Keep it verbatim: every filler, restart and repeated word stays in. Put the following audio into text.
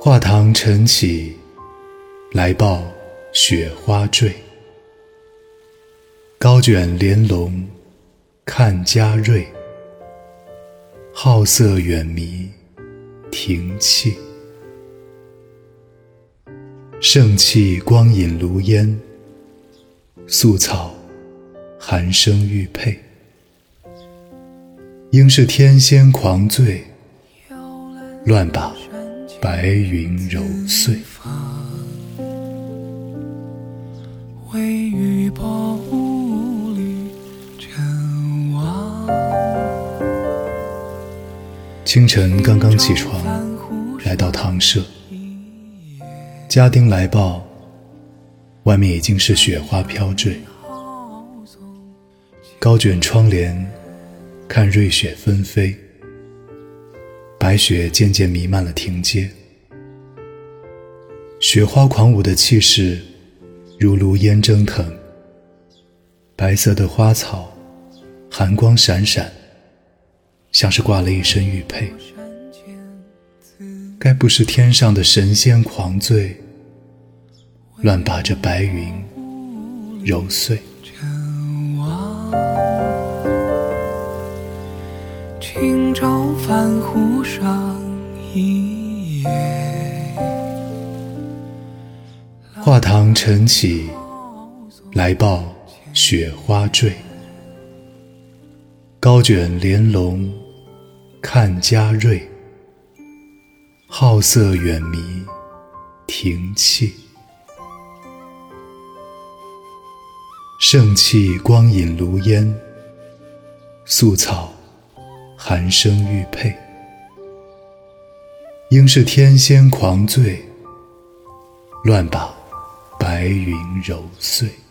画堂晨起，来报雪花坠。高卷帘笼看佳瑞，好色远迷停气。盛气光引炉烟，素草寒声玉佩。应是天仙狂醉，乱把白云揉碎。 微雨薄绿尘网。 清晨刚刚起床，来到堂舍，家丁来报，外面已经是雪花飘坠。高卷窗帘，看瑞雪纷飞，白雪渐渐弥漫了庭阶。雪花狂舞的气势如炉烟蒸腾，白色的花草寒光闪闪，像是挂了一身玉佩。该不是天上的神仙狂醉，乱把这白云揉碎。 轻舟泛湖上一月。 画堂晨起，来报雪花坠。高卷帘笼看佳瑞，好色远迷停气。盛气光引炉烟，素草寒声玉佩。应是天仙狂醉，乱把白云揉碎。